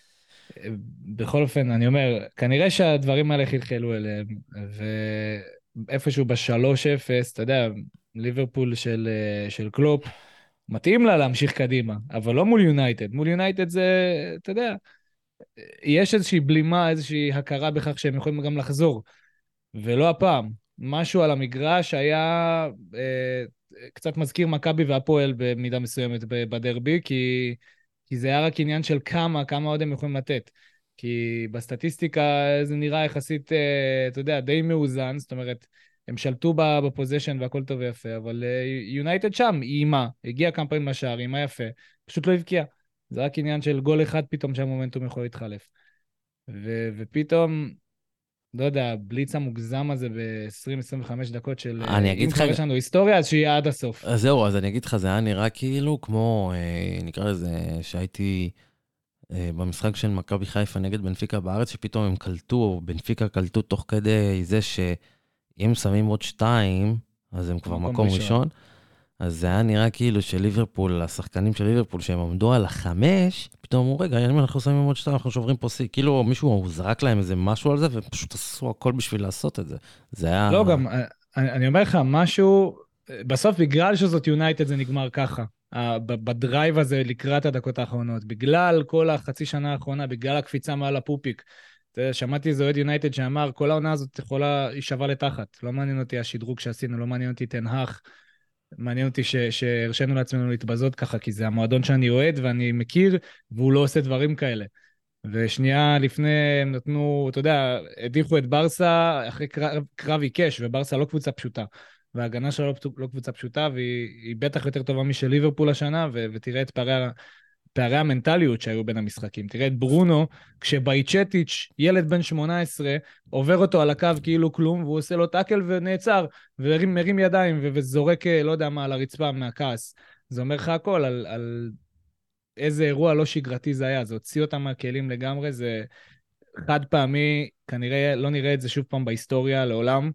בכל אופן, אני אומר, כנראה שהדברים האלה חלחלו אליהם, ואיפשהו ב-3-0, אתה יודע, ליברפול של קלופ, מתאים לה להמשיך קדימה, אבל לא מול יונייטד. מול יונייטד זה, אתה יודע, יש איזושהי בלימה, איזושהי הכרה בכך שהם יכולים גם לחזור, ולא הפעם. משהו על המגרש היה קצת מזכיר מכבי והפועל במידה מסוימת בדרבי, כי זה היה רק עניין של כמה עוד הם יכולים לתת. כי בסטטיסטיקה זה נראה יחסית, אתה יודע, די מאוזן, זאת אומרת, הם שלטו בפוזיישן והכל טוב ויפה, אבל יונייטד שם, היא אימה, הגיעה כמה פעמים לשער, אימה יפה, פשוט לא הבקיעה. זה רק עניין של גול אחד פתאום שהמומנטום יכול להתחלף. ופתאום, לא יודע, הבליץ המוגזם הזה ב-20-25 דקות של... אם כבר יש לנו היסטוריה, אז שיהיה עד הסוף. אז זהו, אז אני אגיד לך, זה היה נראה כאילו כמו, נקרא לזה, שהייתי במשחק של מכבי חיפה נגד בנפיקה בארץ, שפתאום הם קלטו, בנפיקה קלטו תוך כדי זה שאם שמים עוד 2, אז הם כבר מקום ראשון. אז זה היה נראה כאילו שליברפול, השחקנים של ליברפול, שהם עמדו על 5, פתאום אמרו, רגע, אם אנחנו שמים עוד 2, אנחנו שוברים פה סי. כאילו מישהו זרק להם איזה משהו על זה, ופשוט עשו הכל בשביל לעשות את זה. זה היה... לא, גם, אני אומר לך, משהו, בסוף בגלל שזאת יונייטד זה נגמר ככה. בדרייב הזה לקראת הדקות האחרונות, בגלל כל החצי שנה האחרונה, בגלל הקפיצה מעל הפופיק. שמעתי איזה אוהד יונייטד שאמר, כל העונה הזאת יכולה, היא שווה לתחת. לא מעניין אותי השדרוג שעשינו, לא מעניין אותי תנהך. מעניין אותי שהרשנו לעצמנו להתבזות ככה, כי זה המועדון שאני אוהד ואני מכיר, והוא לא עושה דברים כאלה. ושנייה לפני הם נתנו, אתה יודע, הדיחו את ברסה אחרי קרב עיקש, וברסה לא קבוצה פשוטה. וההגנה שלה לא קבוצה פשוטה, והיא בטח יותר טובה משל ליברפול השנה, ותראה את פערי המנטליות שהיו בין המשחקים. תראה את ברונו, כשבייצ'טיץ', ילד בן 18, עובר אותו על הקו כאילו כלום, והוא עושה לו טאקל ונעצר, ומרים ידיים, וזורק, לא יודע מה, על הרצפה מהכעס. זה אומר לך הכל על איזה אירוע לא שגרתי זה היה. זה הוציא אותם מהכלים לגמרי, זה חד פעמי, כנראה לא נראה את זה שוב פעם בהיסטוריה, לעולם.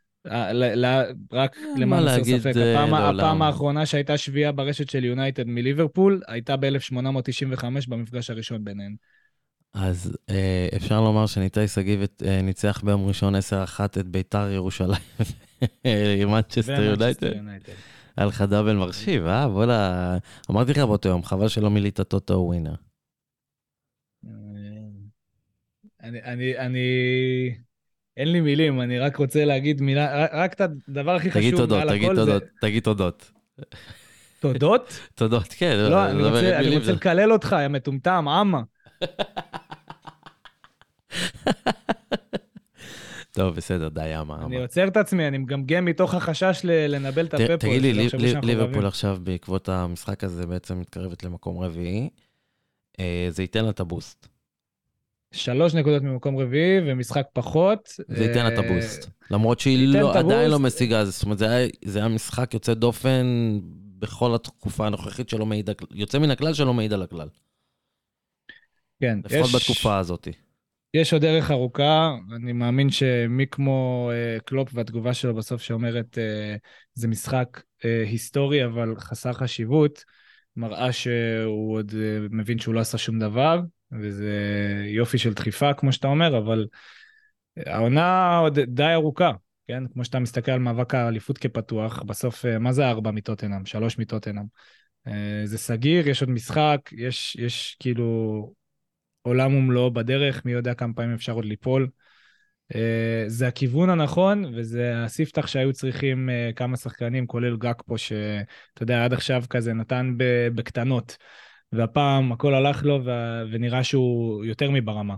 רק למען הסר ספק, הפעם האחרונה שהייתה שביעה ברשת של יונייטד מליברפול, הייתה ב-1895 במפגש הראשון ביניהן. אז אפשר לומר שניתאי שגיב ניצח ביום ראשון 10-1 את ביתר ירושלים, מנצ'סטר יונייטד. היה לך דאבל מרשיב, בוא'לה, אמרתי לך באותו יום, חבל שלא מילאת טוטו ווינר. אין לי מילים, אני רק רוצה להגיד מילה, רק את הדבר הכי חשוב מעל הכל זה... תגיד תודות. תודות? תודות, כן. לא, אני רוצה לקלל אותך, יא מטומטם, אמה. טוב, בסדר, די, אמה. אני עוצר את עצמי, אני מגמגם מתוך החשש לנבל את הפה פה. תגיד לי, ליברפול עכשיו בעקבות המשחק הזה בעצם מתקרבת למקום רביעי, זה ייתן לה את הבוסט. 3 נקודות ממקום רביעי, ומשחק פחות. זה ייתן לה את הבוסט. למרות שהיא עדיין לא משיגה, זאת אומרת, זה היה משחק יוצא דופן בכל התקופה הנוכחית שלא מעיד, יוצא מן הכלל שלא מעיד על הכלל. כן. לפחות בתקופה הזאת. יש עוד דרך ארוכה, אני מאמין שמי כמו קלופ והתגובה שלו בסוף שאומרת, זה משחק היסטורי, אבל חסר חשיבות, מראה שהוא עוד מבין שהוא לא עשה שום דבר, וזה יופי של דחיפה, כמו שאתה אומר, אבל העונה עוד די ארוכה, כן? כמו שאתה מסתכל על מאבק האליפות כפתוח, בסוף, מה זה 4 מטוטנהאם? 3 מטוטנהאם. זה סגיר, יש עוד משחק, יש כאילו עולם ומלואו בדרך, מי יודע כמה פעמים אפשר עוד ליפול. זה הכיוון הנכון, וזה הספתח שהיו צריכים כמה שחקנים, כולל גג פה, שאתה יודע, עד עכשיו כזה נתן בקטנות. והפעם הכל הלך לו, ונראה שהוא יותר מברמה.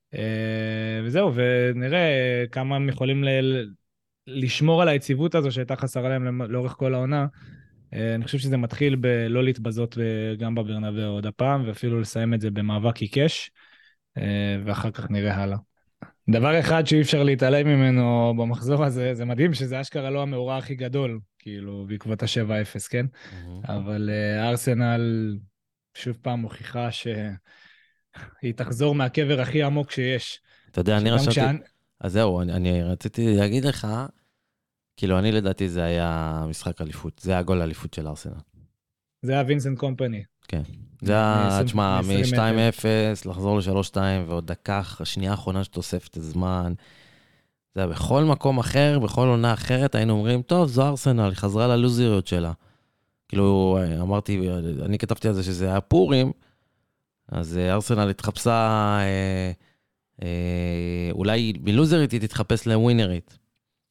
וזהו, ונראה כמה הם יכולים לשמור על היציבות הזו, שהייתה חסרה להם לאורך כל העונה. אני חושב שזה מתחיל בלא להתבזות גם בברנבאו עוד הפעם, ואפילו לסיים את זה במאבק עיקש, ואחר כך נראה הלאה. דבר אחד שאי אפשר להתעלם ממנו במחזור הזה, זה מדהים שזה אשכרה לא המאורע הכי גדול, כאילו בעקבות ה-7-0, כן? אבל ארסנל שוב פעם מוכיחה שהיא תחזור מהקבר הכי עמוק שיש. אתה יודע, אני רשמתי... אז זהו, אני רציתי להגיד לך, כאילו אני לדעתי זה היה משחק אליפות, זה היה גול אליפות של ארסנל. זה היה וינסנט קומפני. כן. זה היה, תשמע, מ-2-0 לחזור ל-3-2 ועוד דקה, השנייה האחרונה שתוספת הזמן. זה היה בכל מקום אחר, בכל עונה אחרת, היינו אומרים, טוב, זו ארסנל, היא חזרה ללוזריות שלה. כאילו, אמרתי, אני כתבתי על זה שזה היה פורים, אז ארסנל התחפשה, אולי מלוזרית היא תתחפש לווינרית.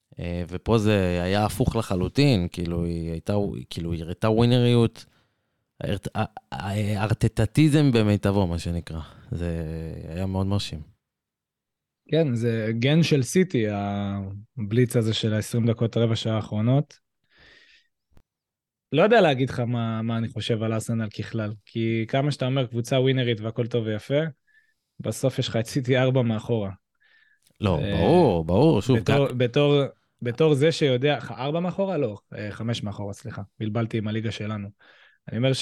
ופה זה היה הפוך לחלוטין, כאילו היא הראתה ווינריות ארטטטיזם במיטבו, מה שנקרא. זה היה מאוד מרשים. כן, זה גן של סיטי, הבליץ הזה של ה-20 דקות, רבע שעה האחרונות. לא יודע להגיד לך מה אני חושב על ארסנל ככלל, כי כמה שאתה אומר קבוצה ווינרית והכל טוב ויפה, בסוף יש לך את סיטי 4 מאחורה. לא, ברור, ברור, שוב. בתור זה שיודע, 4 מאחורה? לא, 5 מאחורה, סליחה. בלבלתי עם הליגה שלנו. אני אומר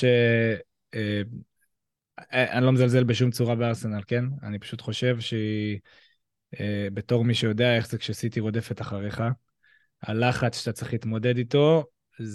אני לא מזלזל בשום צורה בארסנל, כן? אני פשוט חושב שהיא, בתור מי שיודע איך זה כשסיטי רודפת אחריך, הלחץ שאתה צריך להתמודד איתו,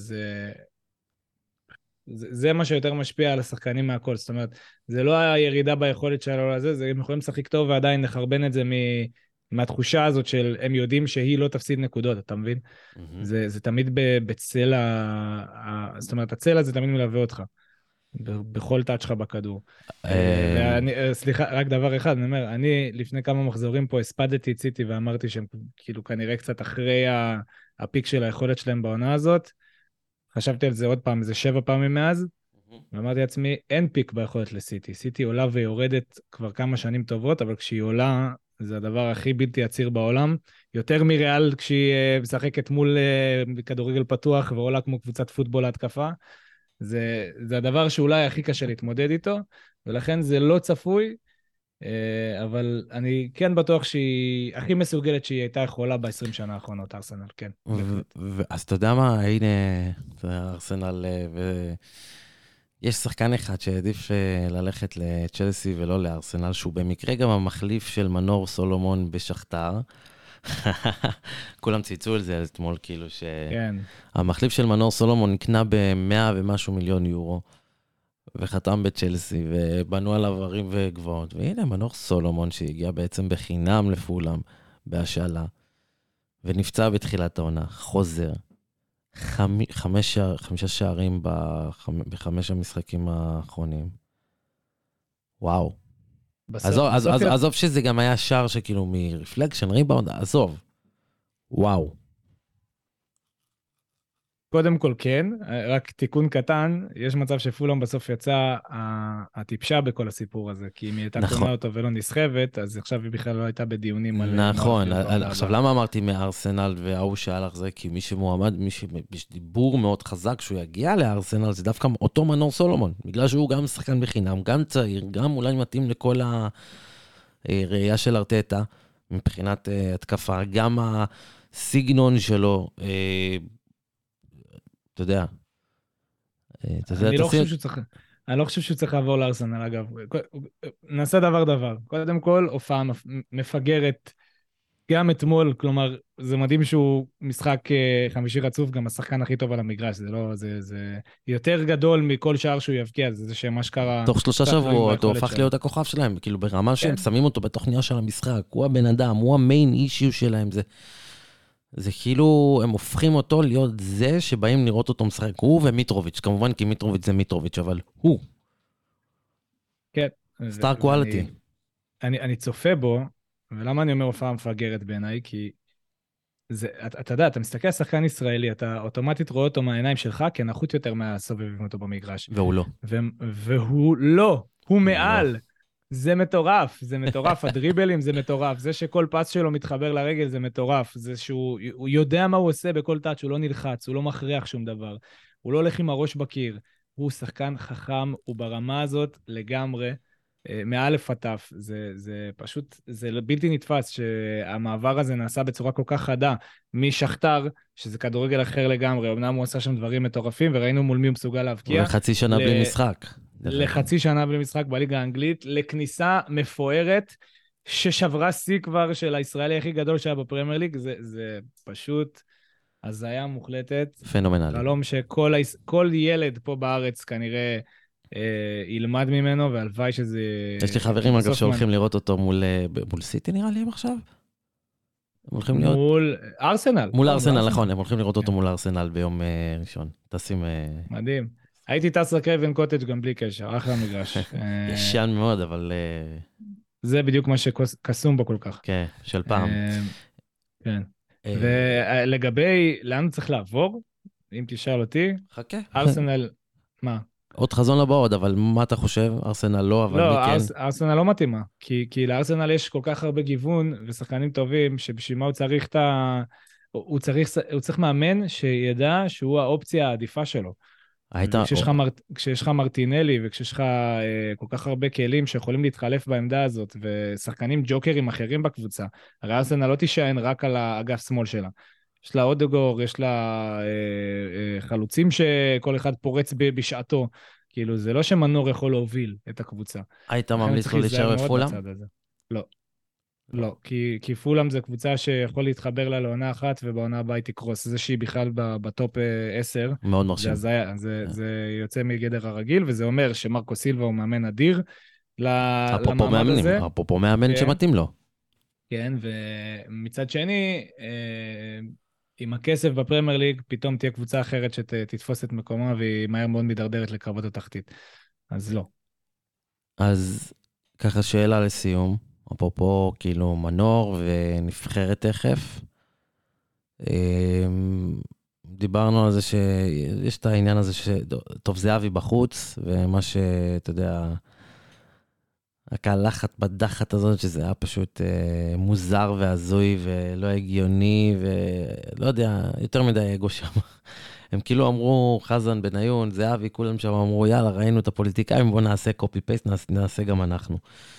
זה מה שיותר משפיע על השחקנים מהכל. זאת אומרת, זה לא הירידה ביכולת שלו לזה, זה הם יכולים לשחק טוב ועדיין לחרבן את זה מהתחושה הזאת של הם יודעים שהיא לא תפסיד נקודות, אתה מבין? זה תמיד בצל זאת אומרת, הצל הזה תמיד מלווה אותך. בכל טאץ' שלך בכדור. סליחה, רק דבר אחד, אני אומר, אני לפני כמה מחזורים פה הספדתי את סיטי ואמרתי שהם כאילו כנראה קצת אחרי הפיק של היכולת שלהם בעונה הזאת. חשבתי על זה עוד פעם, זה 7 פעמים מאז, ואמרתי לעצמי, אין פיק ביכולת לסיטי. סיטי עולה ויורדת כבר כמה שנים טובות, אבל כשהיא עולה, זה הדבר הכי בלתי עציר בעולם. יותר מריאל כשהיא משחקת מול כדורגל פתוח ועולה כמו קבוצת פוטבול להתקפה. זה הדבר שאולי הכי קשה להתמודד איתו, ולכן זה לא צפוי, אבל אני כן בטוח שהיא הכי מסוגלת שהיא הייתה יכולה ב-20 שנה האחרונות, ארסנל, כן. אז אתה יודע מה, הנה, ארסנל, יש שחקן אחד שעדיף ללכת לצ'לסי ולא לארסנל, שהוא במקרה גם המחליף של מנור סולומון בשכתר. כולם צייצו על זה אתמול, כאילו שהמחליף של מנור סולומון נקנה ב-100 ומשהו מיליון יורו, וחתם בצ'לסי, ובנו עליו ערים וגבעות, והנה מנור סולומון שהגיע בעצם בחינם לפעולם, בהשאלה, ונפצע בתחילת העונה, חוזר, 5 שערים ב5 המשחקים האחרונים. וואו. עזוב שזה גם היה שער שכאילו מרפלקשן, ריבאונד, עזוב. וואו. קודם כל כן, רק תיקון קטן, יש מצב שפולאם בסוף יצא הטיפשה בכל הסיפור הזה, כי אם היא הייתה קונה אותו ולא נסחבת, אז עכשיו היא בכלל לא הייתה בדיונים על... נכון, עכשיו למה אמרתי מארסנל והוא שהלך זה? כי מי שמועמד, יש דיבור מאוד חזק שהוא יגיע לארסנל, זה דווקא אותו מנור סולומון, בגלל שהוא גם שחקן בחינם, גם צעיר, גם אולי מתאים לכל הראייה של ארטטה, מבחינת התקפה, גם הסגנון שלו, אתה יודע. אני לא חושב שהוא צריך לעבור לארסנל, אגב. נעשה דבר. קודם כל, הופעה מפגרת גם אתמול, כלומר, זה מדהים שהוא משחק חמישי רצוף, גם השחקן הכי טוב על המגרש, זה יותר גדול מכל שער שהוא יבקיע, זה שמש קרה... תוך 3 שבועות, הוא הפך להיות הכוכב שלהם, כאילו ברמה שהם שמים אותו בתוכניה של המשחק, הוא הבן אדם, הוא המיין אישיו שלהם, זה כאילו, הם הופכים אותו להיות זה שבאים לראות אותו משחק, הוא ומיטרוביץ', כמובן כי מיטרוביץ' זה מיטרוביץ', אבל הוא. כן. סטאר קואליטי. אני צופה בו, ולמה אני אומר הופעה מפגרת בעיניי? כי אתה יודע, אתה מסתכל על שחקן ישראלי, אתה אוטומטית רואה אותו מהעיניים שלך, כנחות יותר מהסובבים אותו במגרש. והוא לא. והוא לא, הוא מעל. זה מטורף, הדריבלים זה מטורף, זה שכל פס שלו מתחבר לרגל זה מטורף, זה שהוא יודע מה הוא עושה בכל טאץ', הוא לא נלחץ, הוא לא מכריח שום דבר, הוא לא הולך עם הראש בקיר, הוא שחקן חכם, הוא ברמה הזאת לגמרי, מאלף עטף, זה פשוט, זה בלתי נתפס שהמעבר הזה נעשה בצורה כל כך חדה, משכתר, שזה כדורגל אחר לגמרי, אמנם הוא עשה שם דברים מטורפים, וראינו מול מי הוא מסוגל להבקיע. לחצי שנה בלי משחק. לחצי שנה בלי משחק בליגה האנגלית, לכניסה מפוארת, ששברה שיא כבר של הישראלי הכי גדול שהיה בפרמייר ליג, זה פשוט הזיה מוחלטת. פנומנלי. חלום שכל ילד פה בארץ כנראה ילמד ממנו, והלוואי שזה... יש לי חברים אגב שהולכים לראות אותו מול סיטי נראה לי עכשיו? מול ארסנל. מול ארסנל, נכון, הם הולכים לראות אותו מול ארסנל ביום ראשון. טסים... מדהים. הייתי טס לקרייבן קוטג' גם בלי קשר, אחלה מגרש. ישן מאוד, אבל... זה בדיוק מה שקסום בו כל כך. כן, של פעם. כן. ולגבי לאן צריך לעבור, אם תשאל אותי, חכה. ארסנל, מה? עוד חזון לבאות, אבל מה אתה חושב? ארסנל לא, אבל לא, מי כן? ארסנל לא מתאימה, כי לארסנל יש כל כך הרבה גיוון ושחקנים טובים, שבשביל מה הוא צריך את ה... הוא צריך מאמן שידע שהוא האופציה העדיפה שלו. היית... וכשיש לך מרטינלי, וכשיש לך כל כך הרבה כלים שיכולים להתחלף בעמדה הזאת, ושחקנים ג'וקרים אחרים בקבוצה, הרי ארסנל לא תישען רק על האגף שמאל שלה. יש לה אודגור, יש לה חלוצים שכל אחד פורץ בשעתו. כאילו, זה לא שמנור יכול להוביל את הקבוצה. היית ממליץ לו להישאר בפולאם? לא. לא, כי פולאם זה קבוצה שיכול להתחבר לה לעונה אחת, ובעונה הבאה היא תקרוס. זה שהיא בכלל בטופ 10. מאוד מרשים. זה יוצא מגדר הרגיל, וזה אומר שמרקו סילבה הוא מאמן אדיר למעמד הזה. אפרופו מאמן שמתאים לו. כן, ומצד שני, עם הכסף בפרמייר ליג, פתאום תהיה קבוצה אחרת שתתפוס את מקומה, והיא מהר מאוד מדרדרת לקרבות התחתית. אז לא. אז ככה שאלה לסיום. אפרופו כאילו מנור ונבחרת תכף. דיברנו על זה שיש את העניין הזה טוב, זהבי בחוץ, ומה שאתה יודע, הקלחת בדחת הזאת, שזה היה פשוט מוזר והזוי ולא הגיוני, ולא יודע, יותר מדי אגו שם. הם כאילו אמרו, חזן, בניון, זהבי, כולם שם אמרו, יאללה, ראינו את הפוליטיקאים, בואו נעשה קופי-פייסט, נעשה גם אנחנו.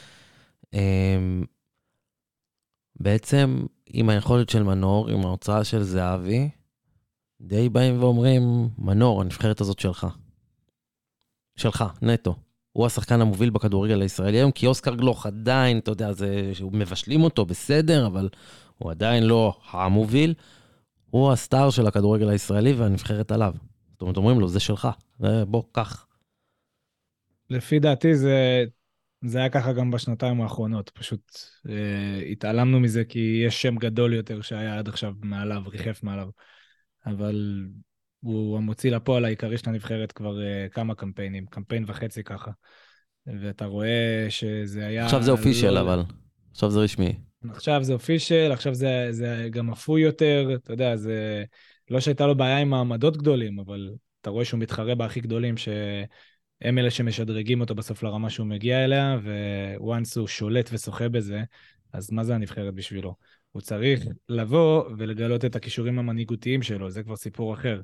בעצם, עם היכולת של מנור, עם ההוצאה של זהבי, די באים ואומרים, מנור, הנבחרת הזאת שלך. שלך, נטו. הוא השחקן המוביל בכדורגל הישראלי היום, כי אוסקר גלוך עדיין, אתה יודע, שהוא מבשלים אותו בסדר, אבל הוא עדיין לא המוביל. הוא הסטאר של הכדורגל הישראלי והנבחרת עליו. זאת אומרת, אומרים לו, זה שלך, בוא, קח. לפי דעתי זה היה ככה גם בשנתיים האחרונות, פשוט התעלמנו מזה כי יש שם גדול יותר שהיה עד עכשיו מעליו, ריחף מעליו, אבל הוא המוציא לפועל העיקרי של הנבחרת כבר כמה קמפיינים, קמפיין וחצי ככה, ואתה רואה שזה היה... עכשיו זה אופישל, אבל עכשיו זה רשמי. עכשיו זה אופישל, עכשיו זה גם אפוי יותר, אתה יודע, זה לא שהייתה לו בעיה עם מעמדות גדולים, אבל אתה רואה שהוא מתחרה בהכי גדולים הם אלה שמשדרגים אותו בסוף לרמה שהוא מגיע אליה, וואנס הוא שולט ושוחה בזה, אז מה זה הנבחרת בשבילו? הוא צריך לבוא ולגלות את הכישורים המנהיגותיים שלו, זה כבר סיפור אחר.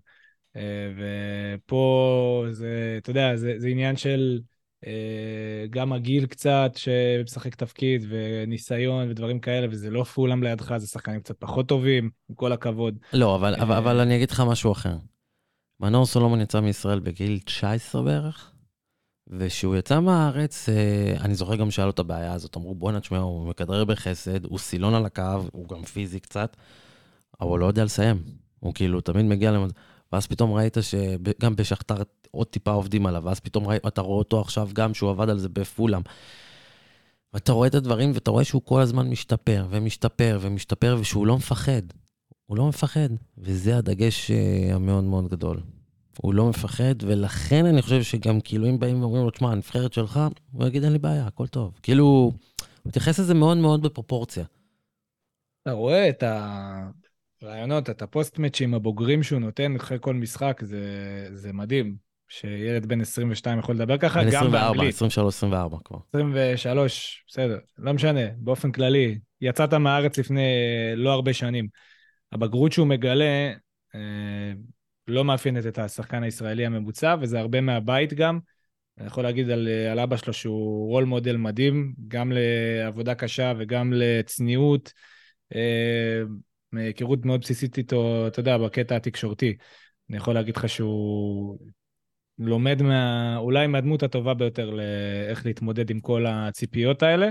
ופה זה, אתה יודע, זה עניין של גם הגיל קצת שמשחק תפקיד וניסיון ודברים כאלה, וזה לא פולאם לידך, זה שחקנים קצת פחות טובים, עם כל הכבוד. לא, אבל אני אגיד לך משהו אחר. מנור סולומון יצא מישראל בגיל 19 בערך, ושהוא יצא מהארץ, אני זוכר גם שהיה לו את הבעיה הזאת, אמרו בוא נשמע, הוא מקדרר בחסד, הוא סילון על הקו, הוא גם פיזי קצת, אבל הוא לא יודע לסיים, הוא כאילו תמיד מגיע למד... ואז פתאום ראית שגם בשכתר עוד טיפה עובדים עליו, ואז פתאום אתה רואה אותו עכשיו גם שהוא עבד על זה בפולאם, ואתה רואה את הדברים, ואתה רואה שהוא כל הזמן משתפר, ומשתפר, ומשתפר, ושהוא לא מפחד, הוא לא מפחד, וזה הדגש המאוד מאוד גדול. הוא לא מפחד, ולכן אני חושב שגם כאילו אם באים ואומרים לו, תשמע, הנבחרת שלך, הוא יגיד, אין לי בעיה, הכל טוב. כאילו, הוא מתייחס לזה מאוד מאוד בפרופורציה. אתה רואה את הרעיונות, את הפוסט-מאצ'ים הבוגרים שהוא נותן אחרי כל משחק, זה מדהים, שילד בן 22 יכול לדבר ככה, גם באנגלית. 23, 24 כבר. 23, בסדר, לא משנה, באופן כללי, יצאת מהארץ לפני לא הרבה שנים. הבגרות שהוא מגלה, לא מאפיינת את השחקן הישראלי הממוצע, וזה הרבה מהבית גם. אני יכול להגיד על אבא שלו שהוא רול מודל מדהים, גם לעבודה קשה וגם לצניעות, מהיכרות מאוד בסיסית איתו, אתה יודע, בקטע התקשורתי. אני יכול להגיד לך שהוא לומד אולי מהדמות הטובה ביותר לאיך להתמודד עם כל הציפיות האלה,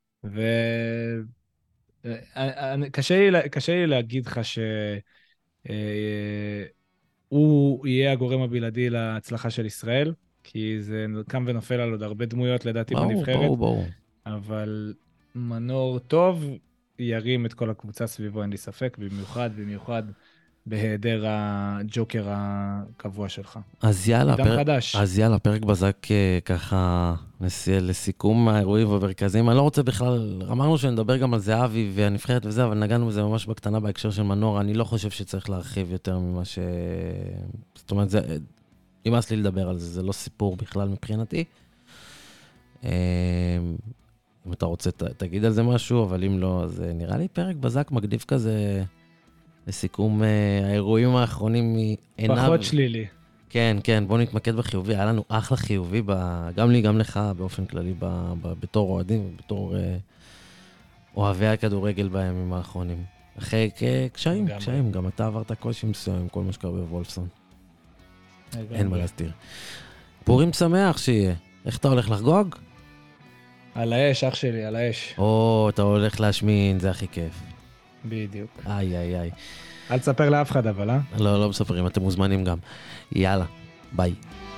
קשה לי להגיד לך הוא יהיה הגורם הבלעדי להצלחה של ישראל, כי זה קם ונופל על עוד הרבה דמויות לדעתי בנבחרת. ברור. אבל מנור טוב ירים את כל הקבוצה סביבו, אין לי ספק, במיוחד בהיעדר הג'וקר הקבוע שלך. אז יאללה, פרק בזק ככה לסיכום האירועים והמרכזיים. אני לא רוצה בכלל, אמרנו שנדבר גם על זהבי והנבחרת וזה, אבל נגענו בזה ממש בקטנה בהקשר של מנור. אני לא חושב שצריך להרחיב יותר ממה זאת אומרת, נמאס לי לדבר על זה, זה לא סיפור בכלל מבחינתי. אם אתה רוצה, תגיד על זה משהו, אבל אם לא, אז נראה לי פרק בזק מגניב כזה, לסיכום האירועים האחרונים מעיניו. פחות שלילי. כן, כן, בוא נתמקד בחיובי, היה לנו אחלה חיובי, גם לי, גם לך, באופן כללי, בתור אוהדים, בתור אוהבי הכדורגל בימים האחרונים. אחרי קשיים, גם אתה עברת קושי מסוים עם כל מה שקרה בוולפסון. אין מה להסתיר. פורים שמח שיהיה. איך אתה הולך לחגוג? על האש, אח שלי, על האש. או, אתה הולך להשמין, זה הכי כיף. בדיוק. איי. אל תספר לאף אחד אבל, אה? לא מספרים, אתם מוזמנים גם. יאללה, ביי.